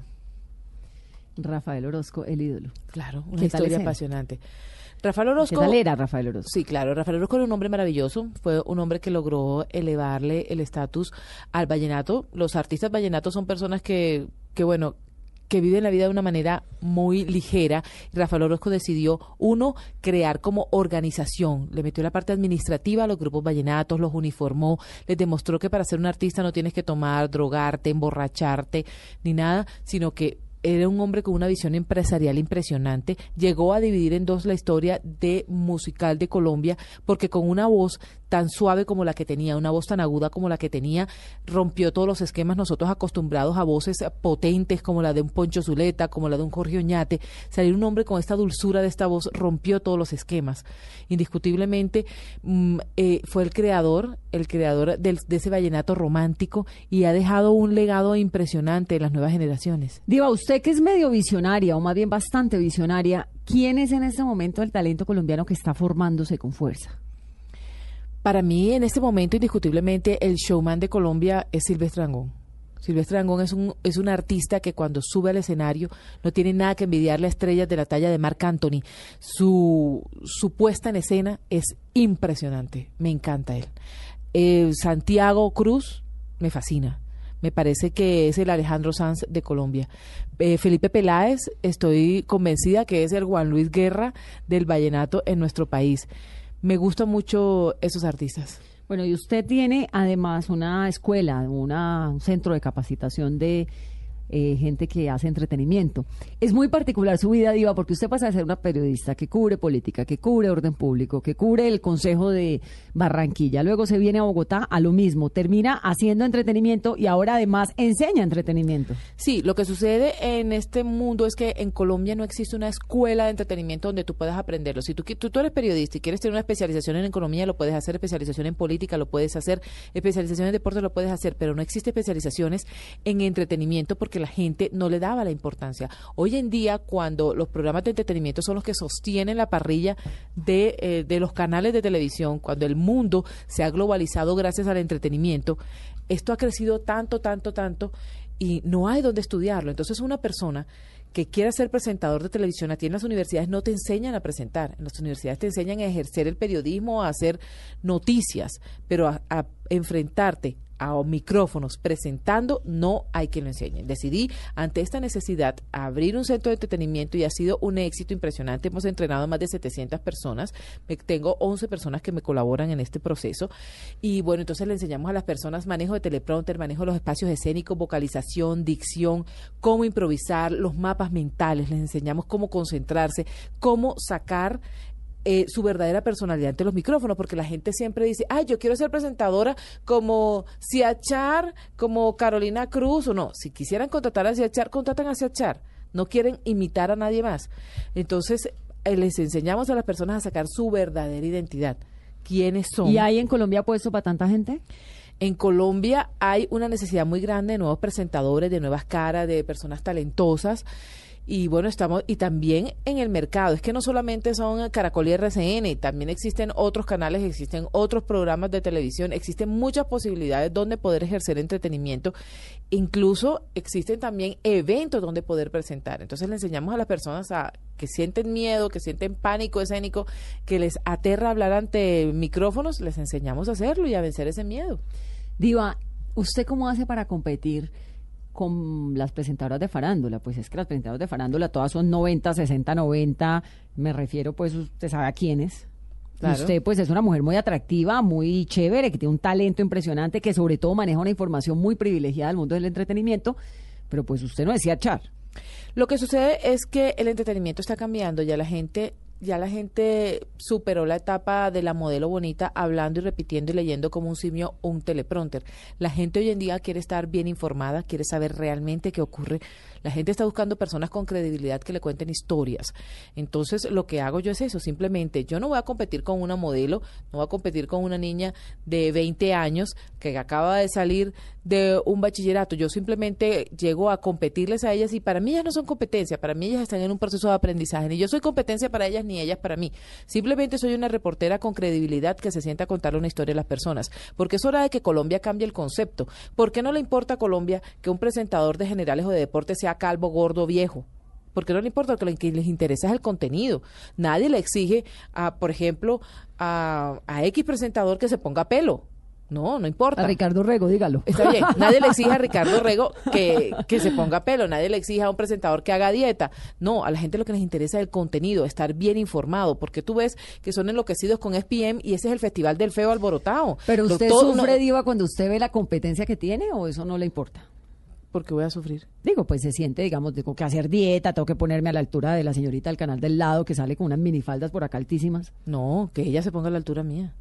Rafael Orozco, el ídolo. Claro, una historia apasionante. Rafael Orozco... ¿Qué tal era Rafael Orozco? Sí, claro, Rafael Orozco era un hombre maravilloso, fue un hombre que logró elevarle el estatus al vallenato. Los artistas vallenatos son personas que, que bueno, que viven la vida de una manera muy ligera. Rafael Orozco decidió, uno, crear como organización, le metió la parte administrativa a los grupos vallenatos, los uniformó, les demostró que para ser un artista no tienes que tomar, drogarte, emborracharte, ni nada, sino que era un hombre con una visión empresarial impresionante. Llegó a dividir en dos la historia de musical de Colombia, porque con una voz tan suave como la que tenía, una voz tan aguda como la que tenía, rompió todos los esquemas nosotros acostumbrados a voces potentes como la de un Poncho Zuleta, como la de un Jorge Oñate. Salir un hombre con esta dulzura de esta voz rompió todos los esquemas. Indiscutiblemente mm, eh, fue el creador, el creador del, de ese vallenato romántico y ha dejado un legado impresionante en las nuevas generaciones. Diva, usted que es medio visionaria, o más bien bastante visionaria, ¿quién es en este momento el talento colombiano que está formándose con fuerza? Para mí, en este momento, indiscutiblemente, el showman de Colombia es Silvestre Dangond. Silvestre Dangond es un, es un artista que cuando sube al escenario no tiene nada que envidiarle a estrellas de la talla de Marc Anthony. Su, su puesta en escena es impresionante. Me encanta él. Eh, Santiago Cruz me fascina. Me parece que es el Alejandro Sanz de Colombia. Eh, Felipe Peláez, estoy convencida que es el Juan Luis Guerra del vallenato en nuestro país. Me gustan mucho esos artistas. Bueno, y usted tiene además una escuela, una, un centro de capacitación de eh, gente que hace entretenimiento. Es muy particular su vida, Diva, porque usted pasa de ser una periodista que cubre política, que cubre orden público, que cubre el Consejo de Barranquilla, luego se viene a Bogotá a lo mismo, termina haciendo entretenimiento y ahora además enseña entretenimiento. Sí, lo que sucede en este mundo es que en Colombia no existe una escuela de entretenimiento donde tú puedas aprenderlo. Si tú, tú, tú eres periodista y quieres tener una especialización en economía, lo puedes hacer, especialización en política, lo puedes hacer, especialización en deporte, lo puedes hacer, pero no existe especializaciones en entretenimiento porque la gente no le daba la importancia. Hoy en día, cuando los programas de entretenimiento son los que sostienen la parrilla de, eh, de los canales de televisión, cuando el mundo se ha globalizado gracias al entretenimiento, esto ha crecido tanto, tanto, tanto, y no hay donde estudiarlo. Entonces, una persona que quiera ser presentador de televisión, a ti en las universidades no te enseñan a presentar, en las universidades te enseñan a ejercer el periodismo, a hacer noticias, pero a, a enfrentarte a micrófonos presentando, no hay quien lo enseñe. Decidí, ante esta necesidad, abrir un centro de entretenimiento y ha sido un éxito impresionante. Hemos entrenado a más de setecientas personas. Me, tengo once personas que me colaboran en este proceso. Y bueno, entonces le enseñamos a las personas manejo de teleprompter, manejo de los espacios escénicos, vocalización, dicción, cómo improvisar, los mapas mentales. Les enseñamos cómo concentrarse, cómo sacar Eh, su verdadera personalidad ante los micrófonos, porque la gente siempre dice, ay, yo quiero ser presentadora como Ciachar, como Carolina Cruz, o no, si quisieran contratar a Ciachar, contratan a Ciachar, no quieren imitar a nadie más. Entonces, eh, les enseñamos a las personas a sacar su verdadera identidad, quiénes son. ¿Y hay en Colombia puesto para tanta gente? En Colombia hay una necesidad muy grande de nuevos presentadores, de nuevas caras, de personas talentosas. Y bueno, estamos, y también en el mercado, es que no solamente son Caracol y R C N, también existen otros canales, existen otros programas de televisión, existen muchas posibilidades donde poder ejercer entretenimiento, incluso existen también eventos donde poder presentar. Entonces le enseñamos a las personas a que sienten miedo, que sienten pánico escénico, que les aterra hablar ante micrófonos, les enseñamos a hacerlo y a vencer ese miedo. Diva, ¿usted cómo hace para competir con las presentadoras de farándula? Pues es que las presentadoras de farándula todas son noventa, sesenta, noventa, me refiero, pues usted sabe a quiénes. Claro. Usted pues es una mujer muy atractiva, muy chévere, que tiene un talento impresionante, que sobre todo maneja una información muy privilegiada del mundo del entretenimiento, pero pues usted no decía Char. Lo que sucede es que el entretenimiento está cambiando, ya la gente... Ya la gente superó la etapa de la modelo bonita hablando y repitiendo y leyendo como un simio un teleprompter. La gente hoy en día quiere estar bien informada, quiere saber realmente qué ocurre. La gente está buscando personas con credibilidad que le cuenten historias. Entonces, lo que hago yo es eso, simplemente yo no voy a competir con una modelo, no voy a competir con una niña de veinte años que acaba de salir de un bachillerato. Yo simplemente llego a competirles a ellas y para mí ellas no son competencia, para mí ellas están en un proceso de aprendizaje. Ni yo soy competencia para ellas ni ellas para mí. Simplemente soy una reportera con credibilidad que se sienta a contarle una historia a las personas. Porque es hora de que Colombia cambie el concepto. ¿Por qué no le importa a Colombia que un presentador de generales o de deportes sea calvo, gordo, viejo? Porque no le importa, lo que les interesa es el contenido. Nadie le exige, a, por ejemplo, a, a X presentador que se ponga pelo. No, no importa. A Ricardo Rego, dígalo. Está bien. Nadie le exige a Ricardo Rego que, que se ponga pelo. Nadie le exige a un presentador que haga dieta. No, a la gente lo que les interesa es el contenido, estar bien informado. Porque tú ves que son enloquecidos con E S P N y ese es el festival del feo alborotado. Pero usted Todo sufre, uno... Diva, cuando usted ve la competencia que tiene, ¿o eso no le importa? ¿Por qué voy a sufrir? Digo, pues se siente, digamos, tengo que hacer dieta, tengo que ponerme a la altura de la señorita del canal del lado que sale con unas minifaldas por acá altísimas. No, que ella se ponga a la altura mía.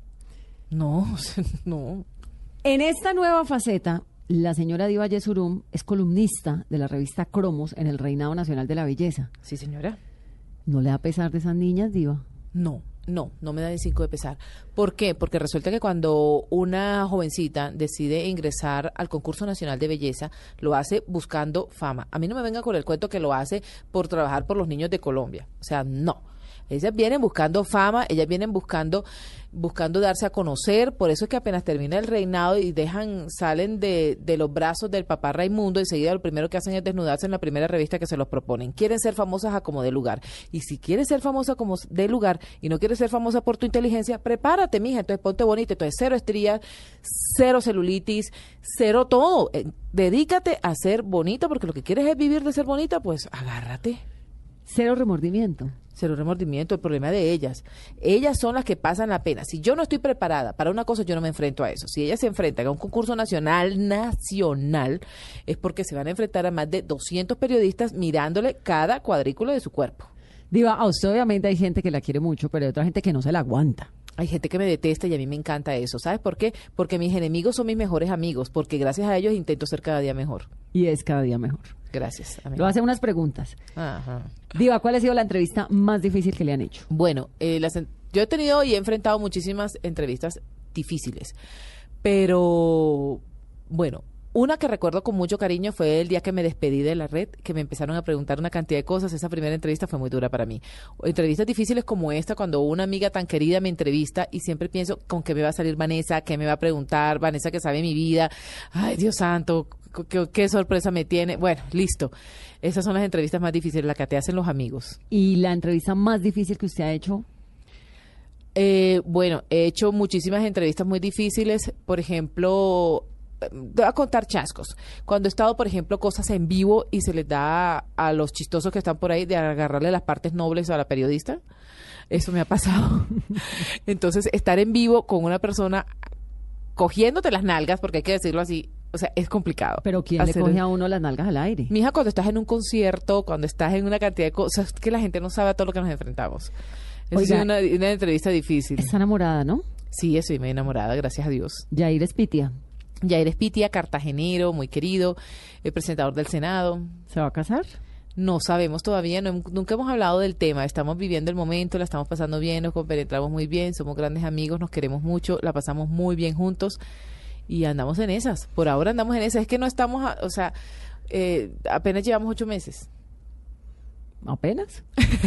No, no. En esta nueva faceta, la señora Diva Yesurum es columnista de la revista Cromos en el Reinado Nacional de la Belleza. Sí, señora. ¿No le da pesar de esas niñas, Diva? No, no, no me da ni cinco de pesar. ¿Por qué? Porque resulta que cuando una jovencita decide ingresar al concurso nacional de belleza, lo hace buscando fama. A mí no me venga con el cuento que lo hace por trabajar por los niños de Colombia. O sea, no. Ellas vienen buscando fama, ellas vienen buscando buscando darse a conocer, por eso es que apenas termina el reinado y dejan, salen de, de los brazos del papá Raimundo, enseguida lo primero que hacen es desnudarse en la primera revista que se los proponen. Quieren ser famosas a como de lugar. Y si quieres ser famosa como de lugar y no quieres ser famosa por tu inteligencia, prepárate, mija, entonces ponte bonita, entonces cero estrías, cero celulitis, cero todo. Eh, dedícate a ser bonita, porque lo que quieres es vivir de ser bonita, pues agárrate. Cero remordimiento. Cero remordimiento, el problema de ellas. Ellas son las que pasan la pena. Si yo no estoy preparada para una cosa, yo no me enfrento a eso. Si ellas se enfrentan a un concurso nacional, nacional, es porque se van a enfrentar a más de doscientos periodistas mirándole cada cuadrículo de su cuerpo. Diva, a usted obviamente hay gente que la quiere mucho, pero hay otra gente que no se la aguanta. Hay gente que me detesta y a mí me encanta eso. ¿Sabes por qué? Porque mis enemigos son mis mejores amigos, porque gracias a ellos intento ser cada día mejor. Y es cada día mejor. Gracias. Le voy a hacer unas preguntas. Ajá. Diva, ¿cuál ha sido la entrevista más difícil que le han hecho? Bueno, eh, las, yo he tenido y he enfrentado muchísimas entrevistas difíciles, pero bueno, una que recuerdo con mucho cariño fue el día que me despedí de la red, que me empezaron a preguntar una cantidad de cosas. Esa primera entrevista fue muy dura para mí. Entrevistas difíciles como esta, cuando una amiga tan querida me entrevista y siempre pienso con qué me va a salir Vanessa, qué me va a preguntar, Vanessa que sabe mi vida, ay Dios santo, qué, qué sorpresa me tiene. Bueno, listo. Esas son las entrevistas más difíciles, las que te hacen los amigos. ¿Y la entrevista más difícil que usted ha hecho? Eh, bueno, he hecho muchísimas entrevistas muy difíciles, por ejemplo... Voy a contar chascos. Cuando he estado, por ejemplo, cosas en vivo y se les da a los chistosos que están por ahí de agarrarle las partes nobles a la periodista, eso me ha pasado. Entonces, estar en vivo con una persona cogiéndote las nalgas, porque hay que decirlo así, o sea, es complicado. Pero ¿quién hacer... le coge a uno las nalgas al aire? Mija, cuando estás en un concierto, cuando estás en una cantidad de cosas, que la gente no sabe a todo lo que nos enfrentamos. Es una, una entrevista difícil. Está enamorada, ¿no? Sí, estoy muy enamorada, gracias a Dios. Yair Espitia. Yair Espitia, cartagenero, muy querido, el presentador del Senado. ¿Se va a casar? No sabemos todavía, no, nunca hemos hablado del tema, estamos viviendo el momento, la estamos pasando bien, nos compenetramos muy bien, somos grandes amigos, nos queremos mucho, la pasamos muy bien juntos y andamos en esas. Por ahora andamos en esas, es que no estamos, a, o sea, eh, apenas llevamos ocho meses. ¿Apenas?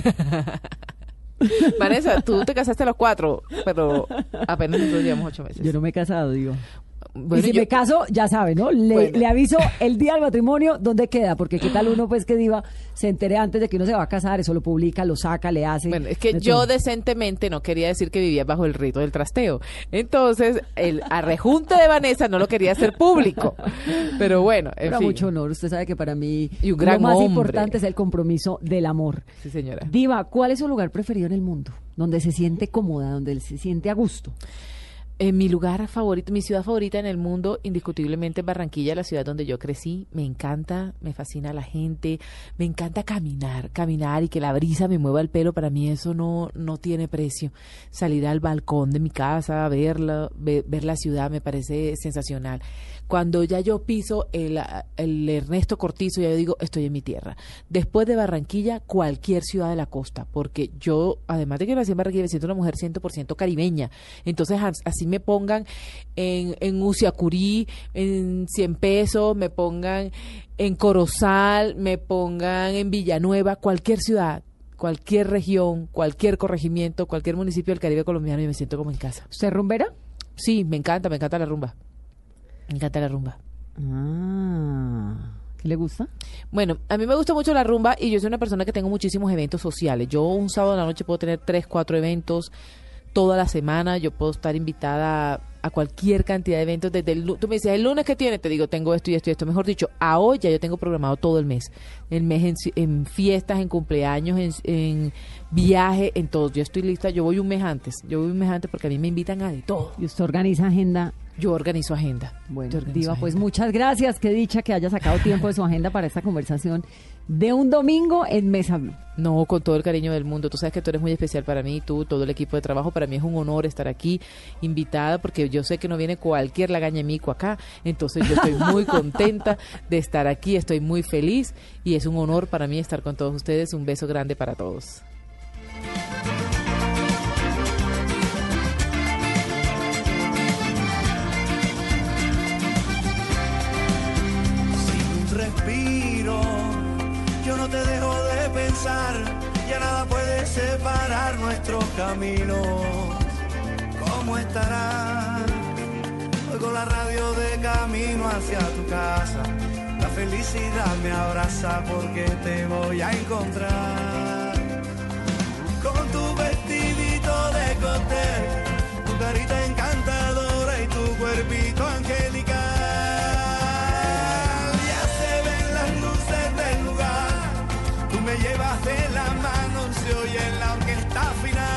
Vanessa, tú te casaste a los cuatro, pero apenas nosotros llevamos ocho meses. Yo no me he casado, digo. Bueno, y si yo... me caso, ya sabe, ¿no? Le, bueno. le aviso el día del matrimonio dónde queda, porque qué tal uno, pues, que diva, se entere antes de que uno se va a casar, eso lo publica, lo saca, le hace... Bueno, es que de yo todo. Decentemente no quería decir que vivía bajo el rito del trasteo. Entonces, el arrejunte de Vanessa no lo quería hacer público. Pero bueno, en Pero fin. mucho honor, usted sabe que para mí Y un gran lo más hombre. importante es el compromiso del amor. Sí, señora. Diva, ¿cuál es su lugar preferido en el mundo? Donde se siente cómoda, donde se siente a gusto. Eh, mi lugar favorito, mi ciudad favorita en el mundo, indiscutiblemente es Barranquilla, la ciudad donde yo crecí. Me encanta, me fascina la gente, me encanta caminar, caminar y que la brisa me mueva el pelo. Para mí eso no, no tiene precio. Salir al balcón de mi casa, verla, ver, ver la ciudad me parece sensacional. Cuando ya yo piso el, el Ernesto Cortizo, ya yo digo, estoy en mi tierra. Después de Barranquilla, cualquier ciudad de la costa, porque yo, además de que nací en Barranquilla, me siento una mujer cien por ciento caribeña. Entonces, así me pongan en, en Uciacurí, en cien pesos, me pongan en Corozal, me pongan en Villanueva, cualquier ciudad, cualquier región, cualquier corregimiento, cualquier municipio del Caribe colombiano, y me siento como en casa. ¿Usted es rumbera? Sí, me encanta, me encanta la rumba. Me encanta la rumba. Ah, ¿qué le gusta? Bueno, a mí me gusta mucho la rumba y yo soy una persona que tengo muchísimos eventos sociales. Yo un sábado en la noche puedo tener tres, cuatro eventos toda la semana. Yo puedo estar invitada a cualquier cantidad de eventos. Desde el, tú me dices, ¿el lunes qué tienes? Te digo, tengo esto y esto y esto. Mejor dicho, a hoy ya yo tengo programado todo el mes. El mes en, en fiestas, en cumpleaños, en, en viaje, en todo. Yo estoy lista, yo voy un mes antes. Yo voy un mes antes porque a mí me invitan a de todo. ¿Y usted organiza agenda? Yo organizo agenda. Bueno, Yo organizo Diva, agenda. pues muchas gracias. Qué dicha que haya sacado tiempo de su agenda para esta conversación de un domingo en Mesa Blue. No, con todo el cariño del mundo. Tú sabes que tú eres muy especial para mí, tú, todo el equipo de trabajo. Para mí es un honor estar aquí invitada porque yo sé que no viene cualquier lagañamico acá. Entonces yo estoy muy contenta de estar aquí, estoy muy feliz y es un honor para mí estar con todos ustedes. Un beso grande para todos. Respiro, yo no te dejo de pensar, ya nada puede separar nuestros caminos, ¿cómo estará? Oigo la radio de camino hacia tu casa, la felicidad me abraza porque te voy a encontrar. Con tu vestidito de cóctel, tu carita encantadora y tu cuerpito angelical. Ya se ven las luces del lugar, tú me llevas de la mano, se oye en la orquesta final.